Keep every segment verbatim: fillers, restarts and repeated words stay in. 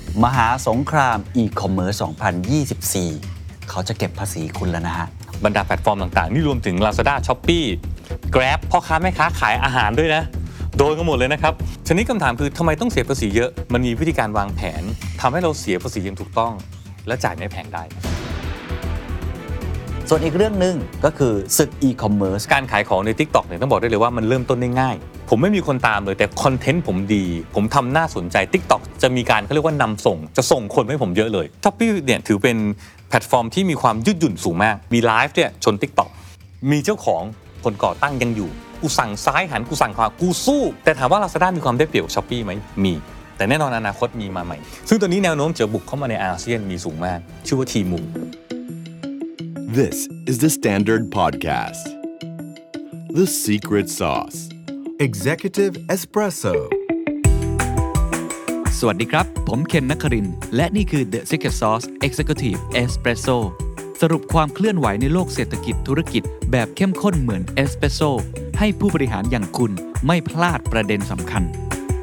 มหาสงครามอีคอมเมิร์ซสองพันยี่สิบสี่เขาจะเก็บภาษีคุณแล้วนะฮะบรรดาแพลตฟอร์มต่างๆนี่รวมถึง Lazada Shopee Grab พ่อค้าแม่ค้าขายอาหารด้วยนะโดนกันหมดเลยนะครับทีนี้คำถามคือทำไมต้องเสียภาษีเยอะมันมีวิธีการวางแผนทำให้เราเสียภาษีอย่างถูกต้องและจ่ายไม่แพงได้ส่วนอีกเรื่องนึงก็คือศึกอีคอมเมิร์ซการขายของใน TikTok เนี่ยต้องบอกได้เลยว่ามันเริ่มต้นได้ง่ายผมไม่มีคนตามเลยแต่คอนเทนต์ผมดีผมทำน่าสนใจ TikTok จะมีการเขาเรียกว่านำส่งจะส่งคนให้ผมเยอะเลย Shopee เนี่ยถือเป็นแพลตฟอร์มที่มีความยืดหยุ่นสูงมากมีไลฟ์เนี่ยชน TikTok มีเจ้าของคนก่อตั้งยังอยู่กูสั่งซ้ายหันกูสั่งขวากูสู้แต่ถามว่า Lazada มีความได้เปรียบ Shopee ไหมมีแต่แน่นอนอนาคตมีมาใหม่ซึ่งตอนนี้แนวโน้มจะบุกเข้ามาในอาเซียนมีสูงมากชื่อว่า Temu This is the Standard Podcast The Secret Sauce Executive Espresso สวัสดีครับผมเคนนครินทร์และนี่คือ The Secret Sauce Executive Espresso สรุปความเคลื่อนไหวในโลกเศรษฐกิจธุรกิจแบบเข้มข้นเหมือนเอสเปรสโซ่ให้ผู้บริหารอย่างคุณไม่พลาดประเด็นสำคัญ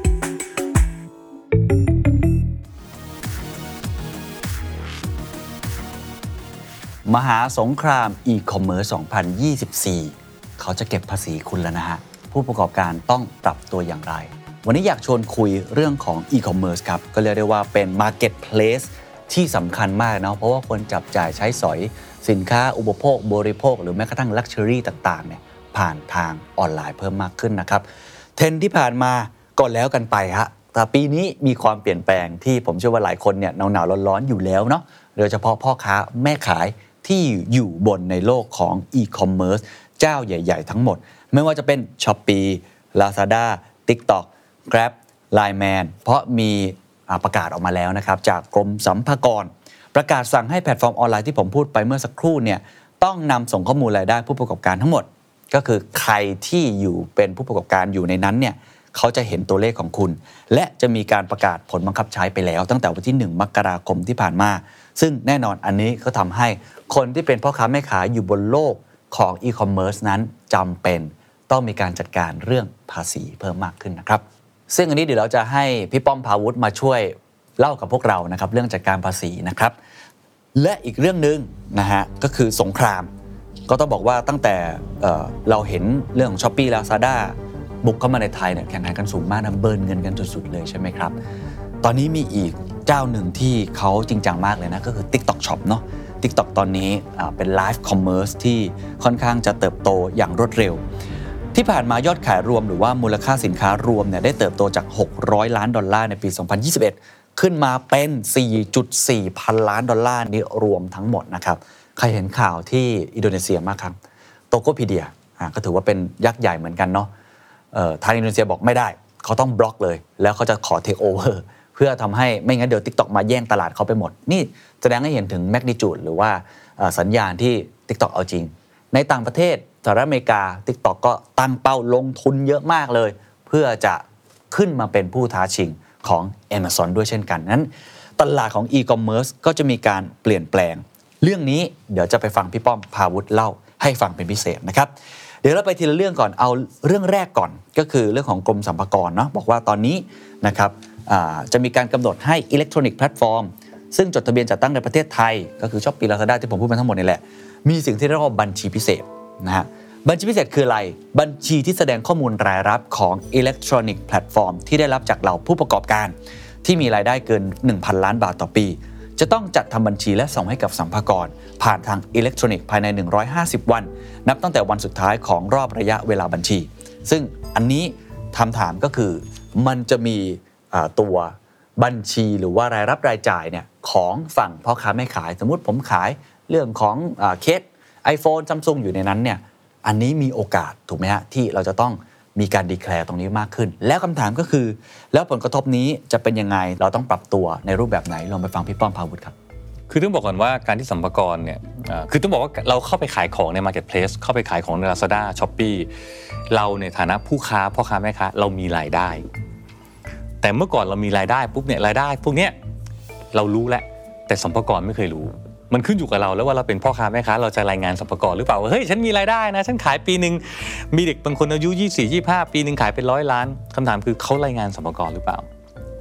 มหาสงครามอีคอมเมิร์ซสองพันยี่สิบสี่เขาจะเก็บภาษีคุณแล้วนะฮะผู้ประกอบการต้องปรับตัวอย่างไรวันนี้อยากชวนคุยเรื่องของอีคอมเมิร์ซครับก็เรียกได้ว่าเป็น Marketplace ที่สำคัญมากเนาะเพราะว่าคนจับจ่ายใช้สอยสินค้าอุปโภคบริโภคหรือแม้กระทั่ง Luxury ต่างๆเนี่ยผ่านทางออนไลน์เพิ่มมากขึ้นนะครับเทรนด์ที่ผ่านมาก็แล้วกันไปฮะแต่ปีนี้มีความเปลี่ยนแปลงที่ผมเชื่อว่าหลายคนเนี่ยหนาวๆร้อนๆอยู่แล้วเนาะโดยเฉพาะพ่อค้าแม่ขายที่อยู่บนในโลกของอีคอมเมิร์ซเจ้าใหญ่ๆทั้งหมดไม่ว่าจะเป็น Shopee Lazada TikTok Grab ไลน์ แมน เพราะมีประกาศออกมาแล้วนะครับจากกรมสรรพากรประกาศสั่งให้แพลตฟอร์มออนไลน์ที่ผมพูดไปเมื่อสักครู่เนี่ยต้องนำส่งข้อมูลรายได้ผู้ประกอบการทั้งหมดก็คือใครที่อยู่เป็นผู้ประกอบการอยู่ในนั้นเนี่ยเขาจะเห็นตัวเลขของคุณและจะมีการประกาศผลบังคับใช้ไปแล้วตั้งแต่วันที่หนึ่งมกราคมที่ผ่านมาซึ่งแน่นอนอันนี้ก็ทำให้คนที่เป็นพ่อค้าแม่ขายอยู่บนโลกของอีคอมเมิร์ซนั้นจำเป็นต้องมีการจัดการเรื่องภาษีเพิ่มมากขึ้นนะครับซึ่งอันนี้เดี๋ยวเราจะให้พี่ป้อมพาวุฒิมาช่วยเล่ากับพวกเรานะครับเรื่องจัดการภาษีนะครับและอีกเรื่องนึงนะฮะก็คือสงครามก็ต้องบอกว่าตั้งแต่ เอ่อ เราเห็นเรื่องของ Shopee Lazada บุกเข้ามาในไทยเนี่ยแข่งขันกันสูงมากนะเบิร์นเงินกันสุดๆเลยใช่ไหมครับตอนนี้มีอีกเจ้าหนึ่งที่เขาจริงจังมากเลยนะก็คือ TikTok Shop เนาะ TikTok ตอนนี้เป็น Live Commerce ที่ค่อนข้างจะเติบโตอย่างรวดเร็วที่ผ่านมายอดขายรวมหรือว่ามูลค่าสินค้ารวมเนี่ยได้เติบโตจากหกร้อยล้านดอลลาร์ในปีสองพันยี่สิบเอ็ดขึ้นมาเป็น สี่จุดสี่ พันล้านดอลลาร์นี่รวมทั้งหมดนะครับใครเห็นข่าวที่อินโดนีเซียมากครับโตโกพีเดียก็ถือว่าเป็นยักษ์ใหญ่เหมือนกันเนาะทางอินโดนีเซียบอกไม่ได้เขาต้องบล็อกเลยแล้วเขาจะขอเทคโอเวอร์เพื่อทำให้ไม่งั้นเดี๋ยว TikTok มาแย่งตลาดเขาไปหมดนี่แสดงให้เห็นถึงแมกนิจูดหรือว่าสัญญาณที่ TikTok เอาจริงในต่างประเทศสหรัฐอเมริกา TikTok ก็ตั้งเป้าลงทุนเยอะมากเลยเพื่อจะขึ้นมาเป็นผู้ท้าชิงของ Amazon ด้วยเช่นกันนั้นตลาดของ e-commerce ก็จะมีการเปลี่ยนแปลงเรื่องนี้เดี๋ยวจะไปฟังพี่ป้อมพาวุฒิเล่าให้ฟังเป็นพิเศษนะครับเดี๋ยวเราไปทีละเรื่องก่อนเอาเรื่องแรกก่อนก็คือเรื่องของกรมสรรพากรเนาะบอกว่าตอนนี้นะครับจะมีการกำหนดให้ Electronic Platform ซึ่งจดทะเบียนจัดตั้งในประเทศไทยก็คือ Shopee Lazada ที่ผมพูดมาทั้งหมดนี่แหละมีสิ่งที่เรียกว่าบัญชีพิเศษนะฮะบัญชีพิเศษคืออะไรบัญชีที่แสดงข้อมูลรายรับของ Electronic Platform ที่ได้รับจากเหล่าผู้ประกอบการที่มีรายได้เกิน หนึ่งพัน ล้านบาทต่อปีจะต้องจัดทำบัญชีและส่งให้กับสรรพากรผ่านทางอิเล็กทรอนิกส์ภายในหนึ่งร้อยห้าสิบวันนับตั้งแต่วันสุดท้ายของรอบระยะเวลาบัญชีซึ่งอันนี้คำถามก็คือมันจะมีตัวบัญชีหรือว่ารายรับรายจ่ายเนี่ยของฝั่งพ่อค้าแม่ขายสมมุติผมขายเรื่องของเคส iPhone Samsung อยู่ในนั้นเนี่ยอันนี้มีโอกาสถูกไหมฮะที่เราจะต้องมีการดีแคลร์ตรงนี้มากขึ้นแล้วคำถามก็คือแล้วผลกระทบนี้จะเป็นยังไงเราต้องปรับตัวในรูปแบบไหนลองไปฟังพี่ป้อมพาวุฒิครับคือต้องบอกก่อนว่าการที่สรรพากรเนี่ยคือต้องบอกว่าเราเข้าไปขายของใน Marketplace เข้าไปขายของใน Lazada Shopee เราในฐานะผู้ค้าพ่อค้าแม่ค้าเรามีรายได้แต่เมื่อก่อนเรามีรายได้ปุ๊บเนี่ยรายได้พวกเนี้ยเรารู้แล้วแต่สรรพากรไม่เคยรู้มันขึ้นอยู่กับเราแล้วว่าเราเป็นพ่อค้าแม่ค้าเราจะรายงานสรรพากรหรือเปล่าว่าเฮ้ยฉันมีรายได้นะฉันขายปีนึงมีเด็กบางคนอายุยี่สิบสี่ ยี่สิบห้าปีนึงขายเป็นร้อยล้านคำถามคือเขารายงานสรรพากรหรือเปล่า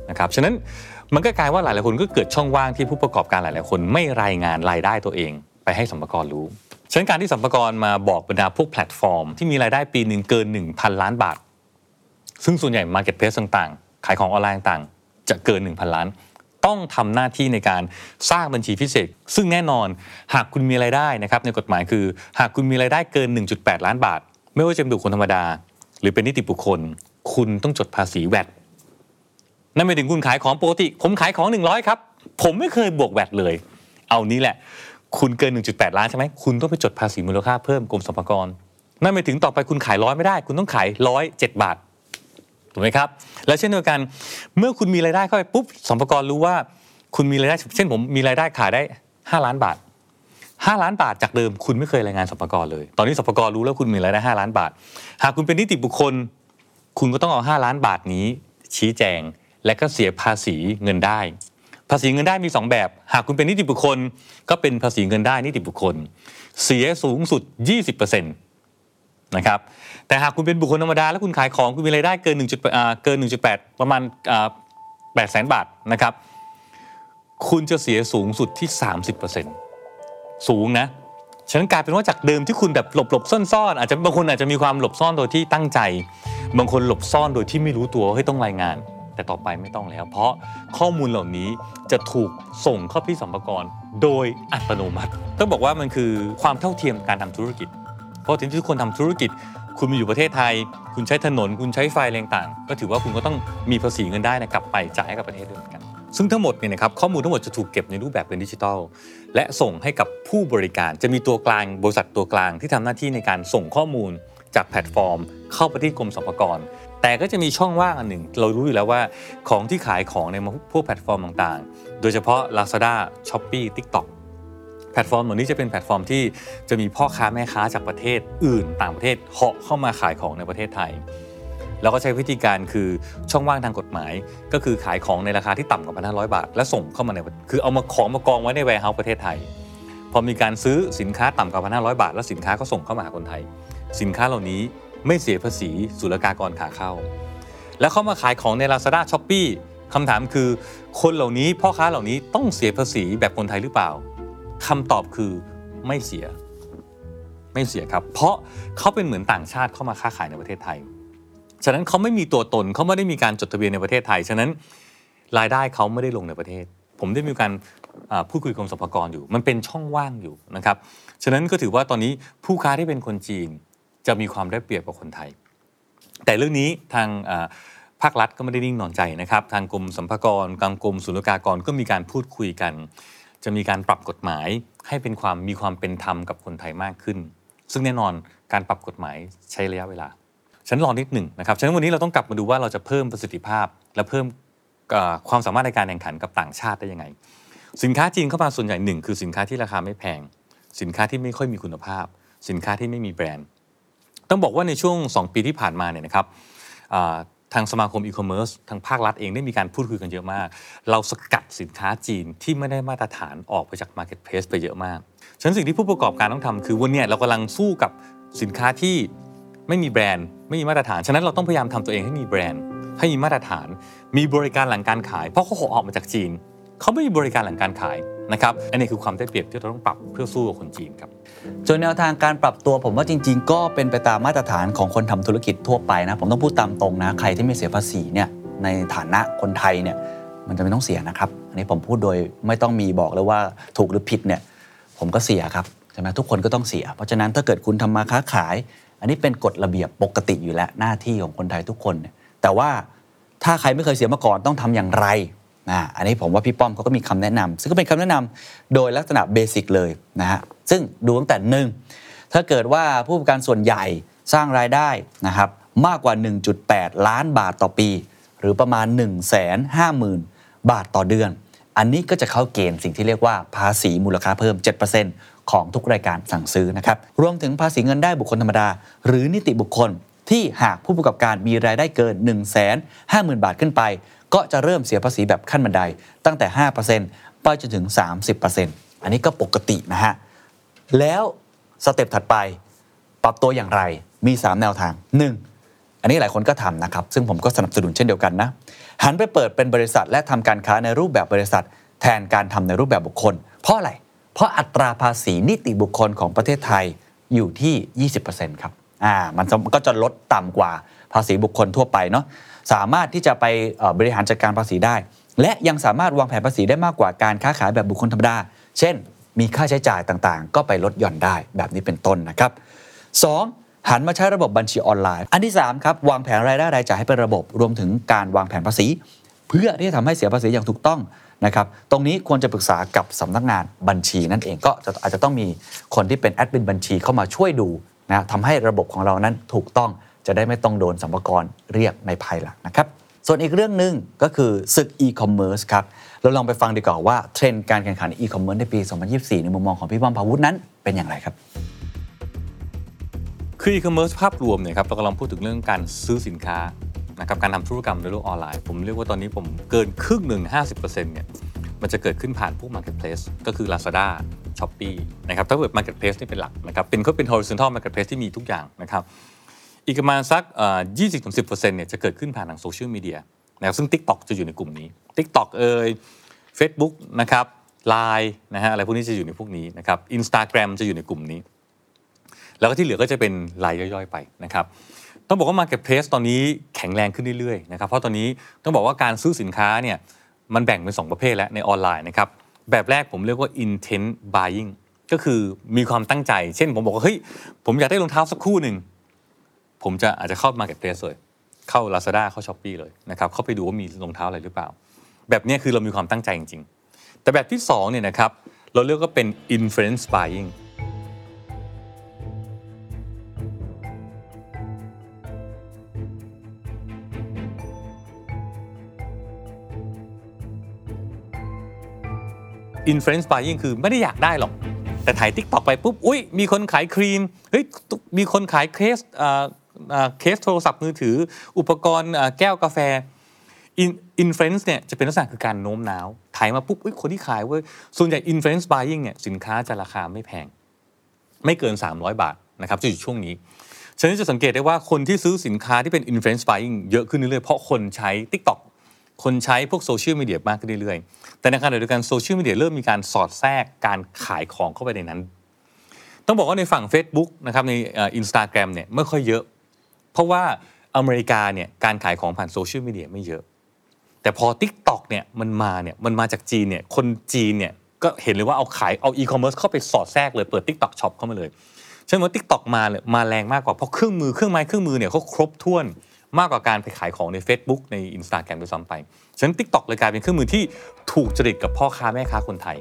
นะครับฉะนั้นมันก็กลายว่าหลายๆคนก็เกิดช่องว่างที่ผู้ประกอบการหลายๆคนไม่รายงานรายได้ตัวเองไปให้สรรพากรรู้ฉะนั้นการที่สรรพากรมาบอกบรรดาพวกแพลตฟอร์มที่มีรายได้ปีนึงเกิน หนึ่งพัน ล้านบาทซึ่งส่วนใหญ่ Marketplace ต่างๆขายของออนไลน์ต่างๆจะเกิน หนึ่งพัน ล้านต้องทำหน้าที่ในการสร้างบัญชีพิเศษซึ่งแน่นอนหากคุณมีรายได้นะครับในกฎหมายคือหากคุณมีรายได้เกิน หนึ่งจุดแปด ล้านบาทไม่ว่าจะเป็นบุคคลธรรมดาหรือเป็นนิติบุคคลคุณต้องจดภาษี แวต นั่นหมายถึงคุณขายของปกติผมขายของหนึ่งร้อยครับผมไม่เคยบวก แวต เลยเอานี้แหละคุณเกิน หนึ่งจุดแปด ล้านใช่ไหมคุณต้องไปจดภาษีมูลค่าเพิ่มกรมสรรพากรนั่นหมายถึงต่อไปคุณขายร้อยไม่ได้คุณต้องขายหนึ่งร้อยเจ็ดบาทถูกไหมครับและเช่นเดียวกันเมื่อคุณมีรายได้เข้าไปปุ๊บสรรพากรรู้ว่าคุณมีรายได้เช่นผมมีรายได้ขายได้ห้าล้านบาทห้าล้านบาทจากเดิมคุณไม่เคยรายงานสรรพากรเลยตอนนี้สรรพากรรู้แล้วคุณมีรายได้ห้าล้านบาทหากคุณเป็นนิติบุคคลคุณก็ต้องเอาห้าล้านบาทนี้ชี้แจงและก็เสียภาษีเงินได้ภาษีเงินได้มีสองแบบหากคุณเป็นนิติบุคคลก็เป็นภาษีเงินได้นิติบุคคลเสียสูงสุด ยี่สิบเปอร์เซ็นต์ นะครับแต่หากคุณเป็นบุคคลธรรมดาแล้วคุณขายของคุณมีรายได้เกินหนึ่งจุดอ่าเกิน หนึ่งจุดแปด ประมาณอ่าแปดแสนบาทนะครับคุณจะเสียสูงสุดที่ สามสิบเปอร์เซ็นต์ สูงนะฉะนั้นกลายเป็นว่าจากเดิมที่คุณแบบหลบๆซ่อนๆอาจจะบางคนอาจจะมีความหลบซ่อนโดยที่ตั้งใจบางคนหลบซ่อนโดยที่ไม่รู้ตัวว่าเฮ้ยต้องรายงานแต่ต่อไปไม่ต้องแล้วเพราะข้อมูลเหล่านี้จะถูกส่งเข้าที่สรรพากรโดยอัตโนมัติต้องบอกว่ามันคือความเท่าเทียมการทำธุรกิจเพราะที่ทุกคนทำธุรกิจคุณมาอยู่ประเทศไทยคุณใช้ถนนคุณใช้ไฟอะไรต่างๆก็ถือว่าคุณก็ต้องมีภาษีเงินได้นะกลับไปจ่ายให้กับประเทศด้วยเหมือนกันซึ่งทั้งหมดเนี่ยนะครับข้อมูลทั้งหมดจะถูกเก็บในรูปแบบเป็นดิจิทัลและส่งให้กับผู้บริการจะมีตัวกลางบริษัทตัวกลางที่ทำหน้าที่ในการส่งข้อมูลจากแพลตฟอร์มเข้าไปที่กรมสรรพากรแต่ก็จะมีช่องว่างอันหนึ่งเรารู้อยู่แล้วว่าของที่ขายของในพวกแพลตฟอร์มต่างๆโดยเฉพาะ Lazada Shopee TikTok แพลตฟอร์มเหล่านี้จะเป็นแพลตฟอร์มที่จะมีพ่อค้าแม่ค้าจากประเทศอื่นต่างประเทศเหาะเข้ามาขายของในประเทศไทยแล้วก็ใช้วิธีการคือช่องว่างทางกฎหมายก็คือขายของในราคาที่ต่ำกว่า หนึ่งพันห้าร้อย บาทและส่งเข้ามาในคือเอามาของมากองไว้ในแวร์เฮาส์ประเทศไทยพอมีการซื้อสินค้าต่ำกว่า หนึ่งพันห้าร้อย บาทแล้วสินค้าก็ส่งเข้ามาหาคนไทยสินค้าเหล่านี้ไม่เสียภาษีศุลกากรขาเข้าแล้วเขามาขายของใน Lazada Shopee คำถามคือคนเหล่านี้พ่อค้าเหล่านี้ต้องเสียภาษีแบบคนไทยหรือเปล่าคำตอบคือไม่เสียไม่เสียครับเพราะเขาเป็นเหมือนต่างชาติเข้ามาค้าขายในประเทศไทยฉะนั้นเขาไม่มีตัวตนเขาไม่ได้มีการจดทะเบียนในประเทศไทยฉะนั้นรายได้เขาไม่ได้ลงในประเทศผมได้มีการพูดคุยกับกรมสรรพากรอยู่มันเป็นช่องว่างอยู่นะครับฉะนั้นก็ถือว่าตอนนี้ผู้ค้าที่เป็นคนจีนจะมีความได้เปรียบกว่าคนไทยแต่เรื่องนี้ทางภาครัฐก็ไม่ได้นิ่งนอนใจนะครับทางกรมสรรพากรทางกรมศุลกากรก็มีการพูดคุยกันจะมีการปรับกฎหมายให้เป็นความมีความเป็นธรรมกับคนไทยมากขึ้นซึ่งแน่นอนการปรับกฎหมายใช้ระยะเวลาฉันรอนิดหนึ่งนะครับฉะนั้นวันนี้เราต้องกลับมาดูว่าเราจะเพิ่มประสิทธิภาพและเพิ่มความสามารถในการแข่งขันกับต่างชาติได้ยังไงสินค้าจีนเข้ามาส่วนใหญ่หนึ่งคือสินค้าที่ราคาไม่แพงสินค้าที่ไม่ค่อยมีคุณภาพสินค้าที่ไม่มีแบรนด์ต้องบอกว่าในช่วงสองปีที่ผ่านมาเนี่ยนะครับทางสมาคมอีคอมเมิร์ซทางภาครัฐเองได้มีการพูดคุยกันเยอะมากเราสกัดสินค้าจีนที่ไม่ได้มาตรฐานออกไปจาก Marketplace ไปเยอะมากฉะนั้นสิ่งที่ผู้ประกอบการต้องทำคือวันนี้เรากำลังสู้กับสินค้าที่ไม่มีแบรนด์ไม่มีมาตรฐานฉะนั้นเราต้องพยายามทำตัวเองให้มีแบรนด์ให้มีมาตรฐานมีบริการหลังการขายเพราะเขาออกมาจากจีนเขาไม่มีบริการหลังการขายนะครับอันนี้คือความได้เปรียบที่เราต้องปรับเพื่อสู้กับคนจีนครับจนแนวทางการปรับตัวผมว่าจริงๆก็เป็นไปตามมาตรฐานของคนทำธุรกิจทั่วไปนะผมต้องพูดตามตรงนะใครที่ไม่เสียภาษีเนี่ยในฐานะคนไทยเนี่ยมันจะไม่ต้องเสียนะครับอันนี้ผมพูดโดยไม่ต้องมีบอกเลยว่าถูกหรือผิดเนี่ยผมก็เสียครับใช่ไหมทุกคนก็ต้องเสียเพราะฉะนั้นถ้าเกิดคุณทำมาค้าขายอันนี้เป็นกฎระเบียบปกติอยู่แล้วหน้าที่ของคนไทยทุกคนเนี่ยแต่ว่าถ้าใครไม่เคยเสียมาก่อนต้องทำอย่างไรนะอันนี้ผมว่าพี่ป้อมเขาก็มีคำแนะนำซึ่งก็เป็นคำแนะนำโดยลักษณะเบสิกเลยนะฮะซึ่งดูตั้งแต่หนึ่งถ้าเกิดว่าผู้ประกอบการส่วนใหญ่สร้างรายได้นะครับมากกว่า หนึ่งจุดแปด ล้านบาทต่อปีหรือประมาณ หนึ่งแสนห้าหมื่น บาทต่อเดือนอันนี้ก็จะเข้าเกณฑ์สิ่งที่เรียกว่าภาษีมูลค่าเพิ่ม เจ็ดเปอร์เซ็นต์ ของทุกรายการสั่งซื้อนะครับรวมถึงภาษีเงินได้บุคคลธรรมดาหรือนิติบุคคลที่หากผู้ประกอบการมีรายได้เกิน หนึ่งแสนห้าหมื่น บาทขึ้นไปก็จะเริ่มเสียภาษีแบบขั้นบันไดตั้งแต่ ห้าเปอร์เซ็นต์ ไปจนถึง สามสิบเปอร์เซ็นต์ อันนี้ก็ปกตินะฮะแล้วสเต็ปถัดไปปรับตัวอย่างไรมีสามแนวทางหนึ่งอันนี้หลายคนก็ทำนะครับซึ่งผมก็สนับสนุนเช่นเดียวกันนะหันไปเปิดเป็นบริษัทและทำการค้าในรูปแบบบริษัทแทนการทำในรูปแบบบุคคลเพราะอะไรเพราะอัตราภาษีนิติบุคคลของประเทศไทยอยู่ที่ ยี่สิบเปอร์เซ็นต์ ครับอ่ามันก็จะลดต่ำกว่าภาษีบุคคลทั่วไปเนาะสามารถที่จะไปบริหารจัดการภาษีได้และยังสามารถวางแผนภาษีได้มากกว่าการค้าขายแบบบุคคลธรรมดาเช่นมีค่าใช้จ่ายต่างๆก็ไปลดหย่อนได้แบบนี้เป็นต้นนะครับสองหันมาใช้ระบบบัญชีออนไลน์อันที่สามครับวางแผนรายได้รายจ่ายให้เป็นระบบรวมถึงการวางแผนภาษีเพื่อที่จะทำให้เสียภาษีอย่างถูกต้องนะครับตรงนี้ควรจะปรึกษากับสำนักงานบัญชีนั่นเองก็จะอาจจะต้องมีคนที่เป็นแอดมินบัญชีเข้ามาช่วยดูนะทำให้ระบบของเรานั้นถูกต้องจะได้ไม่ต้องโดนสรรพากรเรียกในภายหลังนะครับส่วนอีกเรื่องนึงก็คือศึกอีคอมเมิร์ซครับเราลองไปฟังดีกว่าว่าเทรนด์การแข่งขันอีคอมเมิร์ซในปีสองพันยี่สิบสี่ในมุมมองของพี่ป้อมภาวุฒินั้นเป็นอย่างไรครับคืออีคอมเมิร์ซภาพรวมเนี่ยครับเรากำลังพูดถึงเรื่องการซื้อสินค้านะครับการทำธุรกรรมในโลกออนไลน์ผมเรียกว่าตอนนี้ผมเกินครึ่งหนึ่ง ห้าสิบเปอร์เซ็นต์ เนี่ยมันจะเกิดขึ้นผ่านพวก Marketplace ก็คือ Lazada Shopee นะครับถ้าเกิด Marketplace นี่เป็นหลักนะครับเป็นก็เป็น horizontal Marketplace ที่มีทุกอย่างนะครับอีกประมาณสักเอ่อ ยี่สิบถึงสิบเปอร์เซ็นต์ เนี่ยจะเกิดขึ้นผ่านทางโซเชียลมีเดียนะครับซึ่ง TikTok จะอยู่ในกลุ่มนี้ TikTok เอ่ย Facebook นะครับ ไลน์ นะฮะอะไรพวกนี้จะอยู่ในพวกนี้นะครับ Instagram จะอยู่ในกลุ่มนี้แล้วก็ที่เหลือก็จะเป็นรายย่อยๆไปนะครับต้องบอกว่า Marketplace ตอนนี้แข็งแรงขึ้นเรื่อยๆนะครับเพราะตอนนี้ต้องบอกว่าการซื้อสินค้าเนี่ยมันแบ่งเป็นสองประเภทแล้วในออนไลน์นะครับแบบแรกผมเรียกว่า intent buying ก็คือมีความตั้งใจเช่นผมบอกว่าเฮ้ยผมอยากได้รองเท้าสักคู่นึงผมจะอาจจะเข้า Marketplace เลยเข้า Lazada เข้า Shopee เลยนะครับเข้าไปดูว่ามีรองเท้าอะไรหรือเปล่าแบบนี้คือเรามีความตั้งใจจริงๆแต่แบบที่สองเนี่ยนะครับเราเรียกว่าเป็น influence buying influence buying คือไม่ได้อยากได้หรอกแต่ถ่าย TikTok ไปปุ๊บอุ๊ยมีคนขายครีมเฮ้ยมีคนขายเคสเอ่อเอ่อเคสโทรศัพท์มือถืออุปกรณ์แก้วกาแฟ influence เนี่ยจะเป็นลักษณะคือการโน้มน้าวถ่ายมาปุ๊บอุ๊ยคนที่ขายเว้ยส่วนใหญ่ influence buying เนี่ยสินค้าจะราคาไม่แพงไม่เกินสามร้อยบาทนะครับจะอยู่ช่วงนี้ฉะนั้นจะสังเกตได้ว่าคนที่ซื้อสินค้าที่เป็น influence buying เยอะขึ้นเรื่อยๆเพราะคนใช้ TikTokคนใช้พวกโซเชียลมีเดียมากขึ้นเรื่อยๆแต่ในขณะเดียวกันโซเชียลมีเดียเริ่มมีการสอดแทรกการขายของเข้าไปในนั้นต้องบอกว่าในฝั่ง Facebook นะครับใน Instagram เนี่ยไม่ค่อยเยอะเพราะว่าอเมริกาเนี่ยการขายของผ่านโซเชียลมีเดียไม่เยอะแต่พอ TikTok เนี่ยมันมาเนี่ยมันมาจากจีนเนี่ยคนจีนเนี่ยก็เห็นเลยว่าเอาขายเอาอีคอมเมิร์ซเข้าไปสอดแทรกเลยเปิด TikTok Shop เข้ามาเลยฉะนั้นว่า TikTok มาเลยมาแรงมากกว่าเพราะเครื่องมือเครื่องไม้เครื่องมือเนี่ยเขาครบถ้วนมากกว่าการไปขายของใน Facebook ใน Instagram ด้วยซ้ำไปฉะนั้น TikTok เลยกลายเป็นเครื่องมือที่ถูกจริตกับพ่อค้าแม่ค้าคนไทย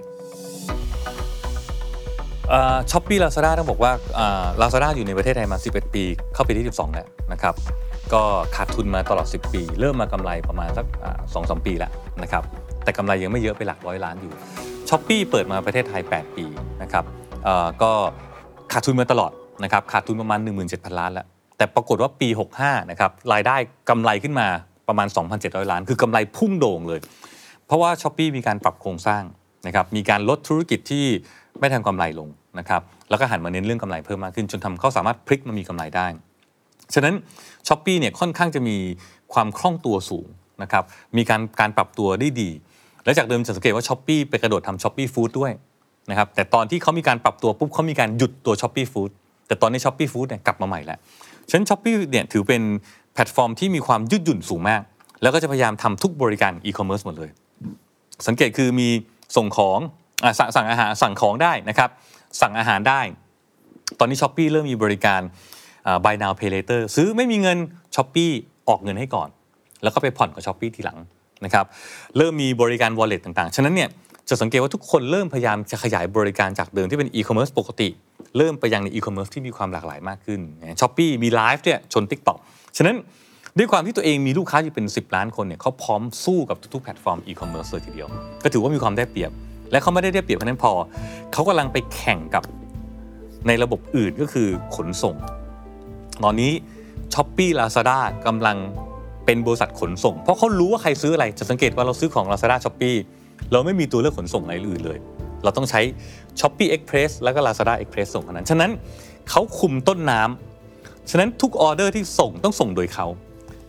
เอ่อ Shopee Lazada ต้องบอกว่าเอ่อ Lazada อยู่ในประเทศไทยมาสิบเอ็ดปีเข้าปีที่สิบสองแล้วนะครับก็ขาดทุนมาตลอดสิบปีเริ่มมากำไรประมาณสัก สองถึงสาม ปีแล้วนะครับแต่กำไรยังไม่เยอะไปหลักร้อยล้านอยู่ Shopee เปิดมาประเทศไทยแปดปีนะครับเอ่อก็ขาดทุนมาตลอดนะครับขาดทุนประมาณ หนึ่งหมื่นเจ็ดพัน ล้านแล้วแต่ปรากฏว่าปีหกสิบห้านะครับรายได้กำไรขึ้นมาประมาณ สองพันเจ็ดร้อย ล้านคือกำไรพุ่งโด่งเลยเพราะว่า Shopee มีการปรับโครงสร้างนะครับมีการลดธุรกิจที่ไม่ทำกำไรลงนะครับแล้วก็หันมาเน้นเรื่องกำไรเพิ่มมากขึ้นจนทำเขาสามารถพลิกมามีกำไรได้ฉะนั้น Shopee เนี่ยค่อนข้างจะมีความคล่องตัวสูงนะครับมีการการปรับตัวได้ดีและจากเดิมจะสังเกตว่า Shopee ไปกระโดดทำ Shopee Food ด้วยนะครับแต่ตอนที่เขามีการปรับตัวปุ๊บเขามีการหยุดตัว Shopee Food แต่ตอนนี้ Shopee Food เนี่ยกลับมาใหม่แล้วฉะนั้น Shopee เนี่ยถือเป็นแพลตฟอร์มที่มีความยืดหยุ่นสูงมากแล้วก็จะพยายามทำทุกบริการอีคอมเมิร์ซหมดเลยสังเกตคือมีส่งของอ่ะสั่งสั่งอาหารสั่งของได้นะครับสั่งอาหารได้ตอนนี้ Shopee เริ่มมีบริการอ่า Buy Now Pay Later ซื้อไม่มีเงิน Shopee ออกเงินให้ก่อนแล้วก็ไปผ่อนกับ Shopee ทีหลังนะครับเริ่มมีบริการ Wallet ต่างๆฉะนั้นเนี่ยจะสังเกตว่าทุกคนเริ่มพยายามจะขยายบริการจากเดิมที่เป็นอีคอมเมิร์ซปกติเริ่มไปยังในอีคอมเมิร์ซที่มีความหลากหลายมากขึ้น Shopee มีไลฟ์เนี่ยชน TikTok ฉะนั้นด้วยความที่ตัวเองมีลูกค้าอยู่เป็นสิบล้านคนเนี่ยเขาพร้อมสู้กับทุกๆแพลตฟอร์มอีคอมเมิร์ซเลยทีเดียวก็ถือว่ามีความได้เปรียบและเขาไม่ได้ได้เปรียบแค่นั้นพอเขากำลังไปแข่งกับในระบบอื่นก็คือขนส่งตอนนี้ Shopee Lazada กำลังเป็นบริษัทขนส่งเพราะเขารู้ว่าใครซื้ออะไรจะสังเกตว่าเราซื้อของ Lazada Shopee เราไม่มีตัวเลือกขนส่งอะไรอื่นเลยเราต้องใช้ Shopee Express แล้วก็ Lazada Express ส่งเท่านั้นฉะนั้นเขาคุมต้นน้ำฉะนั้นทุกออเดอร์ที่ส่งต้องส่งโดยเขา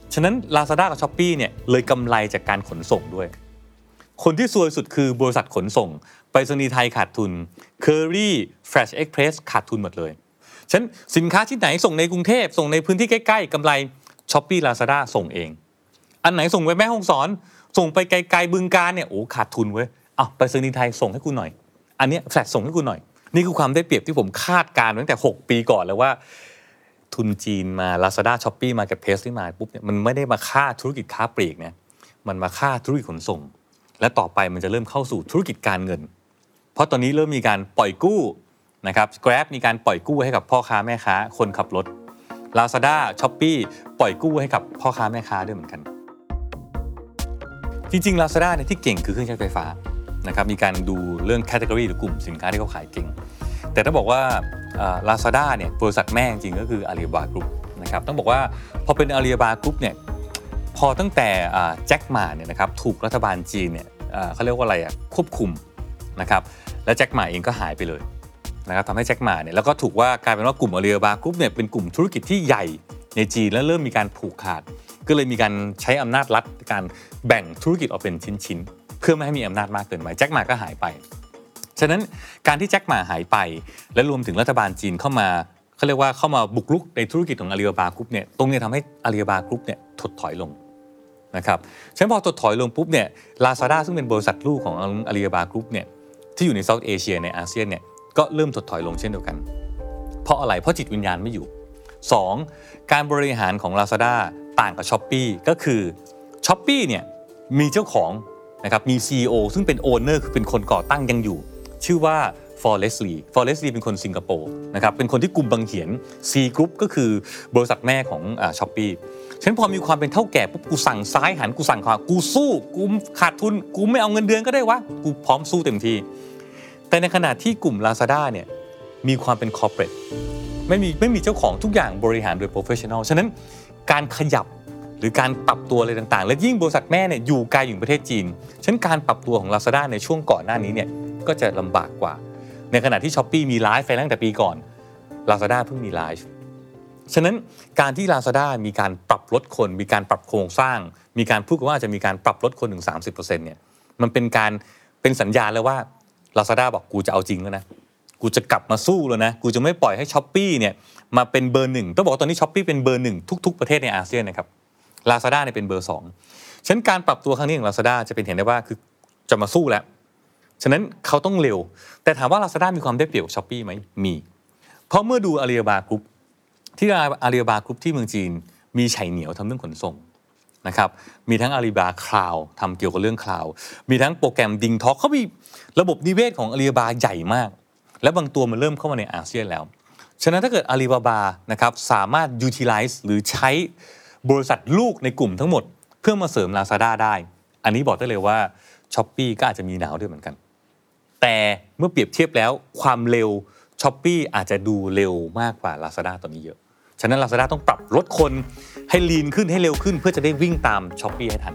ฉะนั้น Lazada กับ Shopee เนี่ยเลยกำไรจากการขนส่งด้วยคนที่ซวยสุดคือบริษัทขนส่งไปรษณีย์ไทยขาดทุน Curry Flash Express ขาดทุนหมดเลยฉะนั้นสินค้าที่ไหนส่งในกรุงเทพส่งในพื้นที่ใกล้ๆกำไร Shopee Lazada ส่งเองอันไหนส่งไปแม่ฮ่องสอนส่งไปไกลๆบึงกาฬเนี่ยโอ้ขาดทุนเว้ยอ้าวไปรษณีย์ไทยส่งให้กูหน่อยอันเนี้ยแฟลชส่งให้กูหน่อยนี่คือความได้เปรียบที่ผมคาดการณ์ตั้งแต่หกปีก่อนแล้วว่าทุนจีนมา Lazada Shopee Marketplace ที่มาปุ๊บเนี่ยมันไม่ได้มาฆ่าธุรกิจค้าปลีกนะมันมาฆ่าธุรกิจขนส่งและต่อไปมันจะเริ่มเข้าสู่ธุรกิจการเงินเพราะตอนนี้เริ่มมีการปล่อยกู้นะครับ Grab มีการปล่อยกู้ให้กับพ่อค้าแม่ค้าคนขับรถ Lazada Shopee ปล่อยกู้ให้กับพ่อค้าแม่ค้าด้วยเหมือนกันจริงๆ Lazada เนี่ยที่เก่งคือเครื่องใช้ไฟฟ้านะครับมีการดูเรื่อง category หรือกลุ่มสินค้าที่เขาขายเก่งแต่ถ้าบอกว่า Lazada เนี่ยบริษัทแม่จริงๆก็คือ Alibaba Group นะครับต้องบอกว่าพอเป็น Alibaba Group เนี่ยพอตั้งแต่แจ็คหม่าเนี่ยนะครับถูกรัฐบาลจีนเนี่ยเขาเรียกว่าอะไรอ่ะควบคุมนะครับและแจ็คหม่าเองก็หายไปเลยนะครับทำให้แจ็คหม่าเนี่ยแล้วก็ถูกว่ากลายเป็นว่ากลุ่ม Alibaba Group เนี่ยเป็นกลุ่มธุรกิจที่ใหญ่ในจีนและเริ่มมีการผูกขาดก็เลยมีการใช้อำนาจรัฐในการแบ่งธุรกิจออกเป็นชิ้นๆเพื่อไม่ให้มีอำนาจมากเกินไปแจ็คหม่าก็หายไปฉะนั้นการที่แจ็คหม่าหายไปและรวมถึงรัฐบาลจีนเข้ามาเขาเรียกว่าเข้ามาบุกรุกในธุรกิจของ Alibaba Group เนี่ยตรงนี้ทำให้ Alibaba Group เนี่ยถดถอยลงนะครับฉะนั้นพอถดถอยลงปุ๊บเนี่ย Lazada ซึ่งเป็นบริษัทลูกของ Alibaba Group เนี่ยที่อยู่ในเซาท์เอเชียในอาเซียนเนี่ยก็เริ่มถดถอยลงเช่นเดียวกันเพราะอะไรเพราะจิตวิญญาณไม่อยู่สองการบริหารของ Lazada ต่างกับ Shopee ก็คือ Shopee เนี่ยมีเจ้าของนะครับมี ซี อี โอ ซึ่งเป็น Owner คือเป็นคนก่อตั้งยังอยู่ชื่อว่า Forrest Li Forrest Li เป็นคนสิงคโปร์นะครับเป็นคนที่กุมบังเหียน C Group ก็คือบริษัทแม่ของอ่า Shopee ฉะนั้นพอมีความเป็นเท่าแก่ปุ๊บกูสั่งซ้ายหันกูสั่งขวากูสู้กูขาดทุนกูไม่เอาเงินเดือนก็ได้วะกูพร้อมสู้เต็มที่แต่ในขณะที่กลุ่ม Lazada เนี่ยมีความเป็น corporate ไม่มีไม่มีเจ้าของทุกอย่างบริหารโดย professional ฉะนั้นการขยับหรือการปรับตัวอะไรต่างๆและยิ่งบริษัทแม่เนี่ยอยู่ไกลอยู่ประเทศจีนฉะนั้นการปรับตัวของ Lazada ในช่วงก่อนหน้านี้เนี่ยก็จะลำบากกว่าในขณะที่ Shopee มีไลฟ์ไปตั้งแต่ปีก่อน Lazada เพิ่งมีไลฟ์ฉะนั้นการที่ Lazada มีการปรับลดคนมีการปรับโครงสร้างมีการพูดกันว่าจะมีการปรับลดคนถึง สามสิบเปอร์เซ็นต์ เนี่ยมันเป็นการเป็นสัญญาณแล้วว่า Lazada บอกกูจะเอาจริงแล้วนะกูจะกลับมาสู้แล้วนะกูจะไม่ปล่อยให้ Shopee เนี่ยมาเป็นเบอร์หนึ่งต้องบอกว่าตอนนี้ Shopee เป็นเบอร์หนึ่งทุกๆประเทศในอาเซียนนะครับ Lazada เนี่ยเป็นเบอร์สองฉะนั้นการปรับตัวครั้งนี้ของ Lazada จะเป็นเห็นได้ว่าคือจะมาสู้แล้วฉะนั้นเขาต้องเร็วแต่ถามว่า Lazada มีความได้เปรียบกว่า Shopee ไหมมีเพราะเมื่อดู Alibaba Group ที่ Alibaba Group ที่เมืองจีนมีไฉเหนียวทำเรื่องขนส่งนะครับมีทั้ง Alibaba Cloud ทำเกี่ยวกับเรื่อง Cloud มีทั้งโปรแกรม DingTalk เขามีระบบนิเวศของ Alibaba ใหญ่มากและบางตัวมันเริ่มเข้ามาในอาเซียนแล้วฉะนั้นถ้าเกิด Alibaba นะครับสามารถ utilize หรือใช้บริษัทลูกในกลุ่มทั้งหมดเพื่อมาเสริม Lazada ได้อันนี้บอกได้เลยว่า Shopee ก็อาจจะมีหนาวด้วยเหมือนกันแต่เมื่อเปรียบเทียบแล้วความเร็ว Shopee อาจจะดูเร็วมากกว่า Lazada ตอนนี้เยอะฉะนั้น Lazada ต้องปรับลดคนให้ลีนขึ้นให้เร็วขึ้นเพื่อจะได้วิ่งตาม Shopee ให้ทัน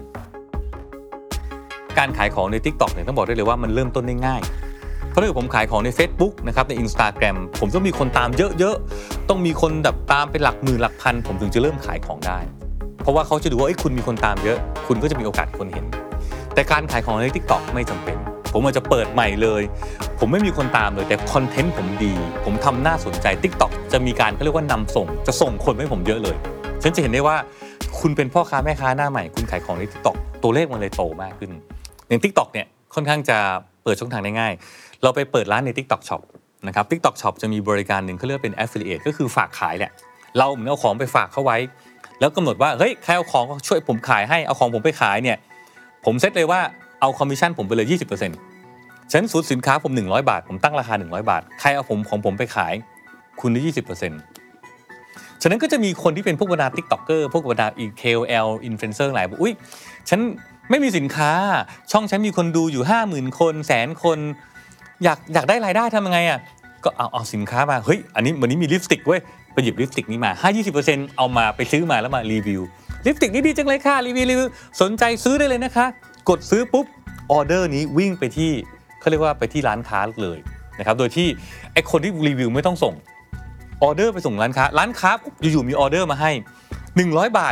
การขายของใน TikTok เนี่ยต้องบอกได้เลยว่ามันเริ่มต้นได้ง่ายเพราะถ้าเกิดผมขายของใน Facebook นะครับใน Instagram ผมต้องมีคนตามเยอะๆต้องมีคนแบบตามเป็นหลักหมื่นหลักพันผมถึงจะเริ่มขายของได้เพราะว่าเขาจะดูว่าไอ้คุณมีคนตามเยอะคุณก็จะมีโอกาสคนเห็นแต่การขายของใน TikTok ไม่จำเป็นผมอาจจะเปิดใหม่เลยผมไม่มีคนตามเลยแต่คอนเทนต์ผมดีผมทำน่าสนใจ TikTok จะมีการเขาเรียกว่านำส่งจะส่งคนให้ผมเยอะเลยฉันจะเห็นได้ว่าคุณเป็นพ่อค้าแม่ค้าหน้าใหม่คุณขายของใน TikTok ตัวเลขมันเลยโตมากขึ้นใน TikTok เนี่ยค่อนข้างจะเปิดช่องทางได้ง่ายเราไปเปิดร้านใน TikTok Shop นะครับ TikTok Shop จะมีบริการหนึ่งเขาเรียกว่าเป็น Affiliate ก็คือฝากขายแหละเราเหมือนเอาของไปฝากเขาไว้แล้วกำหนดว่าเฮ้ยใครเอาของช่วยผมขายให้เอาของผมไปขายเนี่ยผมเซตเลยว่าเอาคอมมิชชั่นผมไปเลย ยี่สิบเปอร์เซ็นต์ ฉันสูตรสินค้าผมหนึ่งร้อยบาทผมตั้งราคาหนึ่งร้อยบาทใครเอาผมของผมไปขายคุณได้ ยี่สิบเปอร์เซ็นต์ ฉะนั้นก็จะมีคนที่เป็นพวกบรรดา TikToker พวกบรรดา เค โอ แอล Influencer หลายบอกอุ๊ยฉันไม่มีสินค้าช่องฉันมีคนดูอยู่ ห้าหมื่น คนแสนคนอยากอยากได้รายได้ทำยังไงอ่ะก็เอาเอาสินค้ามาเฮ้ยอันนี้วันนี้มีลิปสติกเว้ยไปหยิบลิปสติกนี้มา ห้า ยี่สิบเปอร์เซ็นต์ เอามาไปซื้อมาแล้วมารีวิวลิปสติกนี้ดีจังเลยค่ะรีวิวรีวิวสนใจซื้อได้เลยนะคะกดซื้อปุ๊บออเดอร์นี้วิ่งไปที่เขาเรียกว่าไปที่ร้านค้าเลยนะครับโดยที่ไอ้คนที่รีวิวไม่ต้องส่งออเดอร์ไปส่งร้านค้าร้านค้าอยู่ๆมีออเดอร์มาให้หนึ่งร้อยบาท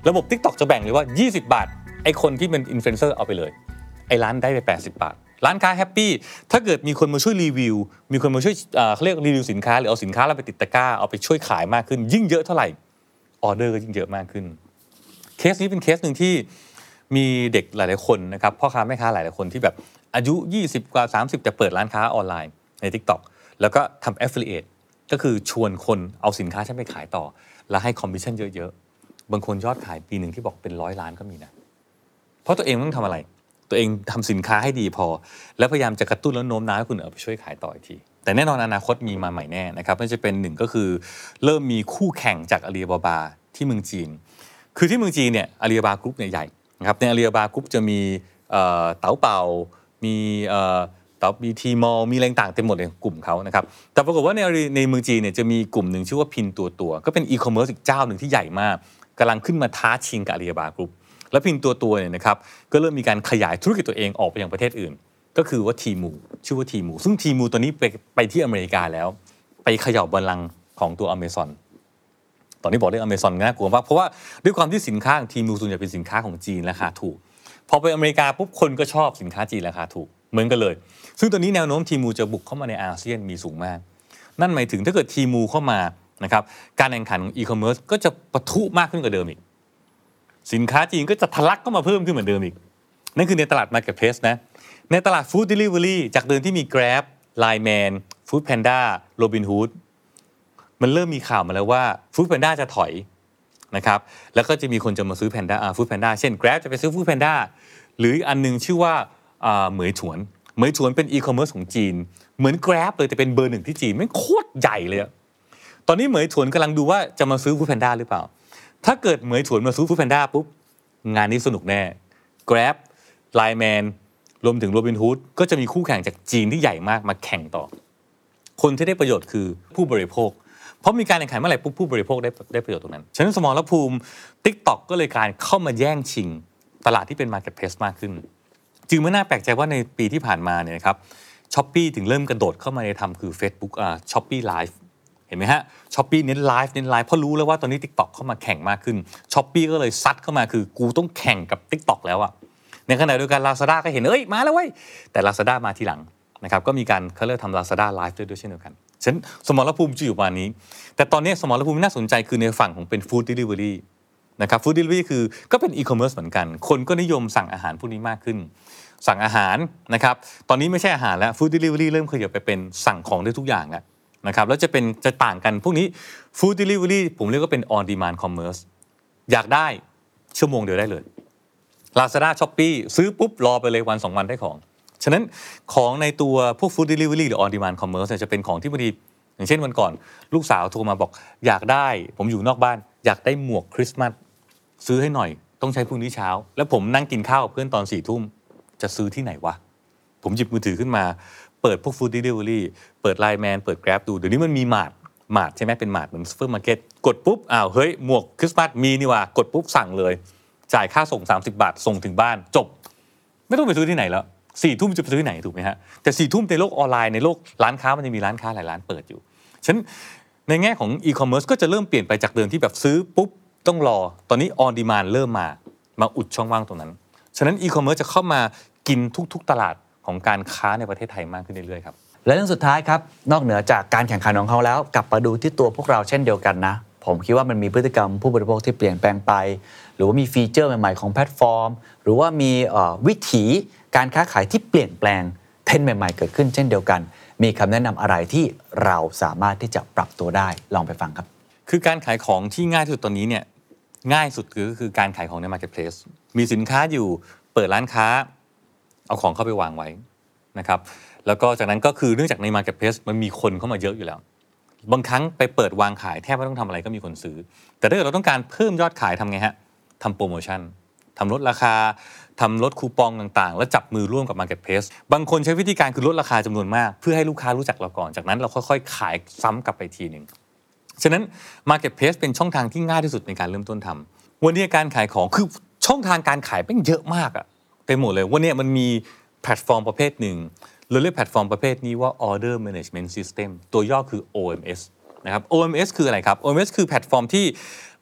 ระบบ TikTok จะแบ่งเลยว่ายี่สิบบาทไอ้คนที่เป็นอินฟลูเอนเซอร์เอาไปเลยไอ้ร้านได้ไปแปดสิบบาทร้านค้าแฮปปี้ถ้าเกิดมีคนมาช่วยรีวิวมีคนมาช่วยเอ่อเค้าเรียกรีวิวสินค้าหรือเอาสินค้าเราไปติดตะกร้าเอาไปช่วยขายมากขึ้นยิ่งเยอะเท่าไหร่ออเดอร์ก็ยิ่งเยอะมากขึ้นเคสนี้เป็นเคสนึงที่มีเด็กหลายๆคนนะครับพ่อค้าแม่ค้าหลายๆคนที่แบบอายุยี่สิบกว่าสามสิบแต่เปิดร้านค้าออนไลน์ใน TikTok แล้วก็ทำ affiliate ก็คือชวนคนเอาสินค้าฉันไปขายต่อแล้วให้คอมมิชชั่นเยอะๆบางคนยอดขายปีนึงที่บอกเป็นร้อยล้านก็มีนะเพราะตัวเองต้องทำอะไรตัวเองทำสินค้าให้ดีพอแล้วพยายามจะกระตุ้นแล้วโน้มน้าวให้คุณเอาไปช่วยขายต่ออีกทีแต่แน่นอนอนาคตมีมาใหม่แน่นะครับไม่ว่าจะเป็นหนึ่งก็คือเริ่มมีคู่แข่งจากอาลีบาบาที่เมืองจีนคือที่เมืองจีนเนี่ยอาลีบาบากรุ๊ปเนี่ยใหญ่นะครับในอาลีบาบากรุ๊ปจะมีเอ่อเต๋าเป่ามีเอ่อเต๋าบีทีมอลมีอะไรต่างเต็มหมดเลยกลุ่มเขานะครับแต่ปรากฏว่าในในเมืองจีนเนี่ยจะมีกลุ่มหนึ่งชื่อว่าพินตัวตัวก็เป็นอีคอมเมิร์ซอีกเจ้าหนึ่งที่ใหญ่มากกำลังขึ้นมาท้าชิงกับอาลีบาบากรุ๊ปแล้วพินตัวตัวเนี่ยนะครับก็เริ่มมีการขยายธุรกิจตัวเองออกไปยังประเทศอื่นก็คือว่าทีมูชื่อว่าทีมูซึ่งทีมูตัวนี้ไปไปที่อเมริกาแล้วไปเขย่าบัลลังก์ของตัว Amazon ตอนนี้บอกได้ Amazon น่ากลัวมากเพราะว่าด้วยความที่สินค้าของทีมูส่วนใหญ่เป็นสินค้าของจีนราคาถูกพอไปอเมริกาปุ๊บคนก็ชอบสินค้าจีนราคาถูกเหมือนกันเลยซึ่งตอนนี้แนวโน้มทีมูจะบุกเข้ามาในอาเซียนมีสูงมากนั่นหมายถึงถ้าเกิดทีมูเข้ามานะครับการแข่งขันของอีคอมเมิร์ซก็จะปะทุมากขึ้นกว่าเดิมอีกสินค้าจีนก็จะทะลักเข้ามาเพิ่มขึ้นเหมือนเดิมอีกนั่นคือในตลาด Marketplace นะในตลาด Food Delivery จากเดิมที่มี Grab Lineman Foodpanda Robinhood มันเริ่มมีข่าวมาแล้วว่า Foodpanda จะถอยนะครับแล้วก็จะมีคนจะมาซื้อ Panda อ่า Foodpanda เช่น Grab จะไปซื้อ Foodpanda หรืออันนึงชื่อว่าอ่าเหมยฉวนเหมยฉวนเป็นอีคอมเมิร์ซของจีนเหมือน Grab เลยแต่เป็นเบอร์หนึ่งที่จีนแม่งโคตรใหญ่เลยตอนนี้เหมยฉวนกำลังดูว่าจะมาซื้อ Foodpanda หรือเปล่าถ้าเกิดเหมยฉวนมาซื้อ Foodpanda ปุ๊บงานนี้สนุกแน่ Grab Lineman รวมถึง Robinhood ก็จะมีคู่แข่งจากจีนที่ใหญ่มากมาแข่งต่อคนที่ได้ประโยชน์คือผู้บริโภคเพราะมีการแข่งขันเมื่อไหร่ปุ๊บผู้บริโภคได้ได้ประโยชน์ตรงนั้นฉะนั้นสมรภูมิ TikTok ก็เลยการเข้ามาแย่งชิงตลาดที่เป็น Marketplace มากขึ้นจึงไม่น่าแปลกใจว่าในปีที่ผ่านมาเนี่ยนะครับ Shopee ถึงเริ่มกระโดดเข้ามาในทำคือ Facebook อ่า Shopee Live เห็นไหมฮะ Shopee เน้นไลฟ์เน้นไลฟ์เพราะรู้แล้วว่าตอนนี้ TikTok เข้ามาแข่งมากขึ้น Shopee ก็เลยซัดเข้ามาคือกูต้องแข่งกับ TikTok แล้วอะในขณะเดียวกัน Lazada ก็เห็นเอ้ยมาแล้วเว้ยแต่ Lazada มาทีหลังนะครับก็มีการเขาเรียกทำ Lazada Live ด้วยด้วยเช่นเดียวกันฉะนั้นสมรภูมิจะอยู่ประมาณนี้แต่ตอนนี้สมรภูมิน่าสนใจคือในฝั่งของเป็น Food Delivery นะครับ Food Delivery คือก็เป็น e-commerce เหมือนกันคนก็นิยมสั่งอาหารพวกนี้มากขึ้นสั่งอาหารนะครับตอนนี้ไม่ใช่อาหารแล้ว Food Delivery เริ่มขยับไปเป็นสั่งของได้ทุกอย่างแล้วนะครับแล้วจะเป็นจะต่างกันพวกนี้ Food Delivery ผมเรียกว่าเป็น on demand commerce อยากได้ชั่วโมงเดียวได้เลย Lazada Shopee ซื้อปุ๊บรอไปเลยวันสองวันได้ของฉะนั้นของในตัวพวก Food Delivery หรือ on demand commerce จะเป็นของที่บางทีอย่างเช่นวันก่อนลูกสาวโทรมาบอกอยากได้ผมอยู่นอกบ้านอยากได้หมวกคริสต์มาสซื้อให้หน่อยต้องใช้พรุ่งนี้เช้าแล้วผมนั่งกินข้าวกับเพื่อนตอนสี่ทุ่มจะซื้อที่ไหนวะผมหยิบมือถือขึ้นมาเปิดพวก Food Delivery เปิด Lineman เปิด Grab ดูเดี๋ยวนี้มันมีมาร์ทมาร์ทใช่ไหมเป็นมาร์ทเหมือนซูเปอร์มาร์เก็ตกดปุ๊บอ้าวเฮ้ยหมวกคริสต์มาสมีนี่ว่ะกดปุ๊บสั่งเลยจ่ายค่าส่งสามสิบบาทส่งถึงบ้านจบไม่ต้องไปซื้อที่ไหนแล้วสี่ทุ่มจะไปซื้อที่ไหนถูกไหมฮะแต่สี่ทุ่มในโลกออนไลน์ในโลกร้านค้ามันจะมีร้านค้าหลายร้านเปิดอยู่ฉะนั้นในแง่ของอีคอมเมิร์ซก็จะเริ่มเปลี่ยนไปจากเดิมที่แบบซื้อปุ๊บต้องรอตอนนี้ออนดีมานด์เริ่มมามาอุดช่องว่างตรงนั้นฉะนั้นอีคอมเมิร์ซจะเข้ามากินทุกๆตลาดของการค้าในประเทศไทยมากขึ้นเรื่อยๆครับและเรื่องสุดท้ายครับนอกเหนือจากการแข่งขันของเขาแล้วกลับมาดูที่ตัวพวกเราเช่นเดียวกันนะผมคิดว่ามันมีพฤติกรรมผู้บริโภคที่เปลี่ยนแปลงไปหรือว่ามีฟีเจอร์ใหม่ๆของแพลตฟอร์มหรือว่ามีวิถีการค้าขายที่เปลี่ยนแปลงเทรนด์ใหม่ๆเกิดขึ้นเช่นเดียวกันมีคำแนะนำอะไรที่เราสามารถที่จะปรับตัวได้ลองไปฟังครับคือการขายของที่ง่ายที่สุดตอนนี้เนี่ยง่ายสุดก็คือการขายของใน Marketplace มีสินค้าอยู่เปิดร้านค้าเอาของเข้าไปวางไว้นะครับแล้วก็จากนั้นก็คือเนื่องจากใน Marketplace มันมีคนเข้ามาเยอะอยู่แล้วบางครั้งไปเปิดวางขายแทบไม่ต้องทำอะไรก็มีคนซื้อแต่ถ้าเกิดเราต้องการเพิ่มยอดขายทำไงฮะทำโปรโมชั่นทำลดราคาทำลดคูปองต่างๆแล้วจับมือร่วมกับ Marketplace บางคนใช้วิธีการคือลดราคาจำนวนมากเพื่อให้ลูกค้ารู้จักเราก่อนจากนั้นเราค่อยๆขายซ้ำกลับไปทีนึงฉะนั้น Marketplace เป็นช่องทางที่ง่ายที่สุดในการเริ่มต้นทำวันนี้การขายของคือช่องทางการขายเป็นเยอะมากอะเต็มหมดเลยวันนี้มันมีแพลตฟอร์มประเภทหนึ่งเราเรียกแพลตฟอร์มประเภทนี้ว่า Order Management System ตัวย่อคือ โอ เอ็ม เอส นะครับ โอ เอ็ม เอส คืออะไรครับ โอ เอ็ม เอส คือแพลตฟอร์มที่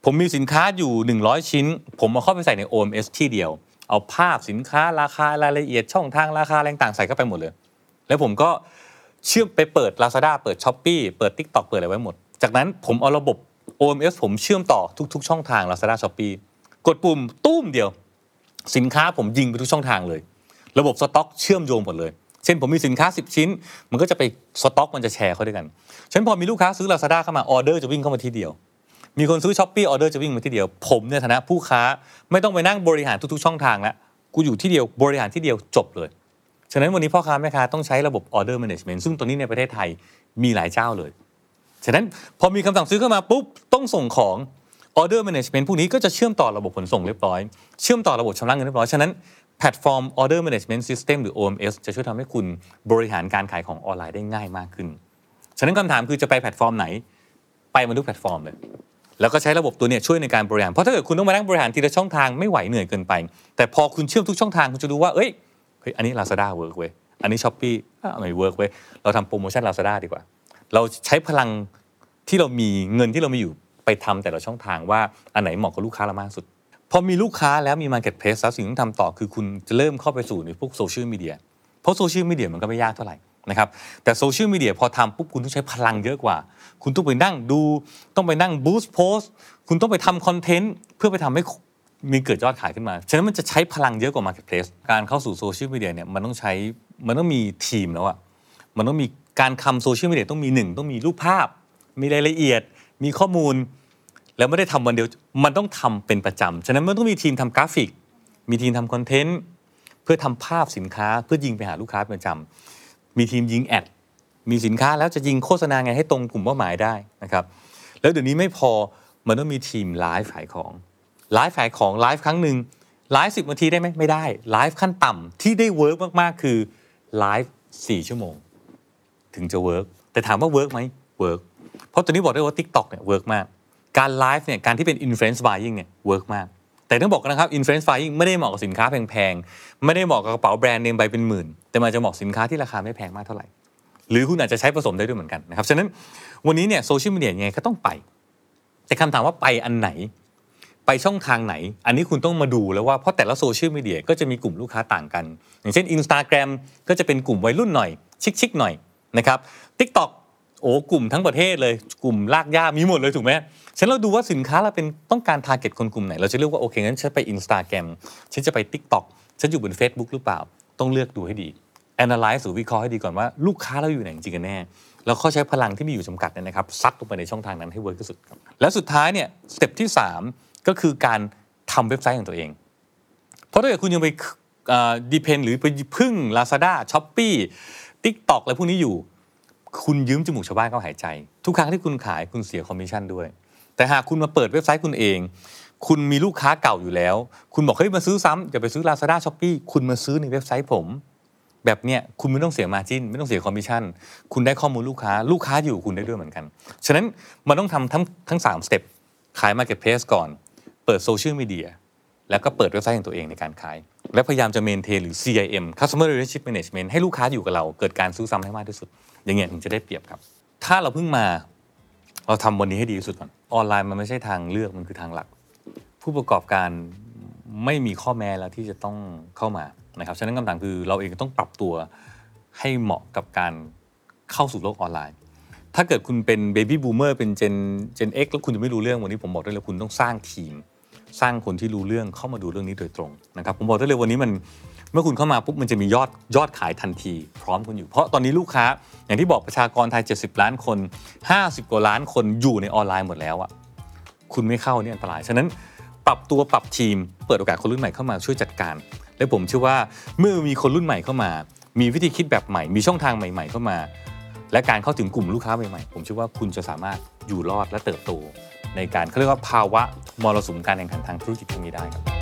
ผมมีสินค้าอยู่หนึ่งร้อยชิ้นผมเอาเข้าไปใส่ใน โอ เอ็ม เอส ที่เดียวเอาภาพสินค้าราคารายละเอียดช่องทางราคาอะไรต่างๆใส่เข้าไปหมดเลยแล้วผมก็เชื่อมไปเปิด Lazada เปิด Shopee เปิด TikTok เปิดอะไรไว้หมดจากนั้นผมเอาระบบ โอ เอ็ม เอส ผมเชื่อมต่อทุกๆช่องทาง Lazada Shopee กดปุ่มตุ้มเดียวสินค้าผมยิงไปทุกช่องทางเลยระบบสต็อกเชื่อมโยงหมดเลยเช่นผมมีสินค้าสิบชิ้นมันก็จะไปสต็อกมันจะแชร์เข้าด้วยกันฉะนั้นพอมีลูกค้าซื้อ Lazada เข้ามาออเดอร์จะวิ่งเข้ามาที่เดียวมีคนซื้อ Shopee ออเดอร์จะวิ่งมาที่เดียวผมในฐานะผู้ค้าไม่ต้องไปนั่งบริหารทุกๆช่องทางแล้วกูอยู่ที่เดียวบริหารที่เดียวจบเลยฉะนั้นวันนี้พ่อค้าแม่ค้าต้องใช้ระบบ Order Management ซึ่งตัวนี้ในประเทศไทยมีหลายเจ้าเลยฉะนั้นพอมีคำสั่งซื้อเข้ามาปุ๊บต้องส่งของ Order Management พวกนี้ก็จะเชื่อมต่อระบบขนส่งเรียบร้อยเชื่อมต่อระบบชำระเงินเรียบร้อยฉะนั้นแพลตฟอร์ม Order Management System หรือ โอ เอ็ม เอส จะช่วยทำให้คุณบริหารการขายของออนไลน์ได้ง่ายมากขึ้นฉะนั้นคำถามคือจะไปแพลตฟอร์มไหนไปมาทุกแพลตฟอร์มเลยแล้วก็ใช้ระบบตัวนี้ช่วยในการบริหารเพราะถ้าเกิดคุณต้องมานั่งบริหารทีละช่องทางไม่ไหวเหนื่อยเกินไปแต่พอคุณเชื่อมทุกช่องทางคุณจะรู้ว่าเอ้ยเฮ้ยอันนี้ Lazada เวิร์กเว้ยอันนี้ Shopee อ่ะไม่เวิร์กเว้ยเราทำโปรโมชั่น Lazada ดีกว่าเราใช้พลังที่เรามีเงินที่เรามีอยู่ไปทำแต่ละช่องทางว่าอันไหนเหมาะกับลูกค้าเรามากสุดพอมีลูกค้าแล้วมี Marketplace แล้วสิ่งที่ต้องทำต่อคือคุณจะเริ่มเข้าไปสู่ในพวกโซเชียลมีเดียเพราะโซเชียลมีเดียมันก็ไม่ยากเท่าไหร่นะครับแต่โซเชียลมีเดียพอทำปุ๊บคุณต้องใช้พลังเยอะกว่าคุณต้องไปนั่งดูต้องไปนั่งบูสต์โพสต์คุณต้องไปทำคอนเทนต์เพื่อไปทำให้มีเกิดยอดขายขึ้นมาฉะนั้นมันจะใช้พลังเยอะกว่า Marketplace การเข้าสู่โซเชียลมีเดียเนี่ยมันต้องใช้มันต้องมีทีมแล้วอ่ะมันต้องมีการทำโซเชียลมีเดียต้องมีหนึ่งต้องมีรูปภาพมีรายละเอียดมีข้อมูลแล้วไม่ได้ทำวันเดียวมันต้องทำเป็นประจำฉะนั้นมันต้องมีทีมทำกราฟิกมีทีมทำคอนเทนต์เพื่อทำภาพสินค้าเพื่อยิงไปหาลูกค้าเป็นประจำมีทีมยิงแอดมีสินค้าแล้วจะยิงโฆษณาไงให้ตรงกลุ่มเป้าหมายได้นะครับแล้วเดี๋ยวนี้ไม่พอมันต้องมีทีมไลฟ์ขายของไลฟ์ขายของไลฟ์ครั้งหนึ่งไลฟ์สิบนาทีได้ไหมไม่ได้ไลฟ์ขั้นต่ำที่ได้เวิร์กมากๆคือไลฟ์สี่ชั่วโมงถึงจะเวิร์กแต่ถามว่าเวิร์กไหมเวิร์กเพราะตัวนี้บอกได้ว่า TikTok เนี่ยเวิร์กมากการไลฟ์เนี่ยการที่เป็น Influence Buying เนี่ยเวิร์กมากแต่ต้องบอกนะครับ Influence Buying ไม่ได้เหมาะกับสินค้าแพงๆไม่ได้เหมาะกับกระเป๋าแบรนด์เนมใบเป็นหมื่นแต่มันจะเหมาะสินค้าที่ราคาไม่แพงมากเท่าไหร่หรือคุณอาจจะใช้ผสมได้ด้วยเหมือนกันนะครับฉะนั้นวันนี้เนี่ยโซเชียลมีเดียยังไงก็ต้องไปแต่คำถามว่าไปอันไหนไปช่องทางไหนอันนี้คุณต้องมาดูแล้วว่าเพราะแต่ละโซเชียลมีเดียก็จะมีกลุ่มลูกค้าต่างกันอย่างเช่น Instagram ก็จะเป็นกลุ่มวัยรุ่นหน่อยชิคๆหน่อยนะครับ TikTok โอ้กลุ่มทั้งประเทศเลยกลุ่มลากย่ามีหมดเลยถูกไหมฉะนั้นเราดูว่าสินค้าเราเป็นต้องการ target คนกลุ่มไหนเราจะเลือกว่าโอเคงั้นฉันไป Instagram ฉันจะไป TikTok ฉันอยู่บน Facebook หรือเปล่าต้องเลือกดูให้ดี analyze หรือวิเคราะห์ให้ดีก่อนว่าลูกค้าเราอยู่ไหนจริงกันแน่แล้วเขาใช้พลังที่มีอยู่จำกัดเนี่ยนะครับซัดลงไปในช่องทางนั้นให้เวิร์กที่สุดครับแล้วสุดท้ายเนี่ยสเต็ปที่สามก็คือการทำเว็บไซต์ของตัวเองเพราะถ้าเกิดคุณยังไปเอ่อ depend หรือไปพึ่ง Lazada Shopee TikTok อะไรพวกนี้อยู่คุณยืมจมูกชาวบ้านเข้าหายใจทุกครั้งที่คุณขายคุณเสียคอมมิชชั่นด้วยแต่หากคุณมาเปิดเว็บไซต์คุณเองคุณมีลูกค้าเก่าอยู่แล้วคุณบอกเฮ้ยมาซื้อซ้ำอย่าไปซื้อ Lazada Shopee คุณมาซื้อในเว็บไซต์ผมแบบเนี้ยคุณไม่ต้องเสียมาร์จิ้นไม่ต้องเสียคอมมิชชั่นคุณได้ข้อมูลลูกค้าลูกค้าอยู่คุณได้ด้วยเหมือนกันฉะนั้นมันต้องทำทั้งทั้งสามสเต็ปขาย Marketplace ก่อนเปิดโซเชียลมีเดียแล้วก็เปิดเว็บไซต์ของตัวเองในการขายและพยายามจะเมนเทนหรือ ซี ไอ เอ็ม Customer Relationship Management ให้ลูกค้าอยู่กับเราเกิดการซื้อซ้ำให้มากที่สุดอย่างเงี้ยถึงจะได้เปรียบครับถ้าเราเพิ่งมาเราทำวันนี้ให้ดีที่สุดก่อนออนไลน์มันไม่ใช่ทางเลือกมันคือทางหลักผู้ประกอบการไม่มีข้อแม้แล้วที่จะต้องเข้ามานะครับฉะนั้นคำถามคือเราเองต้องปรับตัวให้เหมาะกับการเข้าสู่โลกออนไลน์ถ้าเกิดคุณเป็นเบบี้บูมเมอร์เป็นเจนเจน X แล้วคุณจะไม่รู้เรื่องวันนี้ผมบอกได้เลยคุณต้องสร้างทีมสร้างคนที่รู้เรื่องเข้ามาดูเรื่องนี้โดยตรงนะครับผมบอกได้เลยวันนี้มันเมื่อคุณเข้ามาปุ๊บมันจะมียอดยอดขายทันทีพร้อมคุณอยู่เพราะตอนนี้ลูกค้าอย่างที่บอกประชากรไทยเจ็ดสิบล้านคนห้าสิบกว่าล้านคนอยู่ในออนไลน์หมดแล้วอ่ะคุณไม่เข้านี่อันตรายฉะนั้นปรับตัวปรับทีมเปิดโอกาสคนรุ่นใหม่เข้ามาช่วยจัดการและผมเชื่อว่าเมื่อมีคนรุ่นใหม่เข้ามามีวิธีคิดแบบใหม่มีช่องทางใหม่ๆเข้ามาและการเข้าถึงกลุ่มลูกค้าใหม่ๆผมเชื่อว่าคุณจะสามารถอยู่รอดและเติบโตในการเขาเรียกว่าภาวะมรสุมการแข่งขันทางธุรกิจตรงนี้ได้ครับ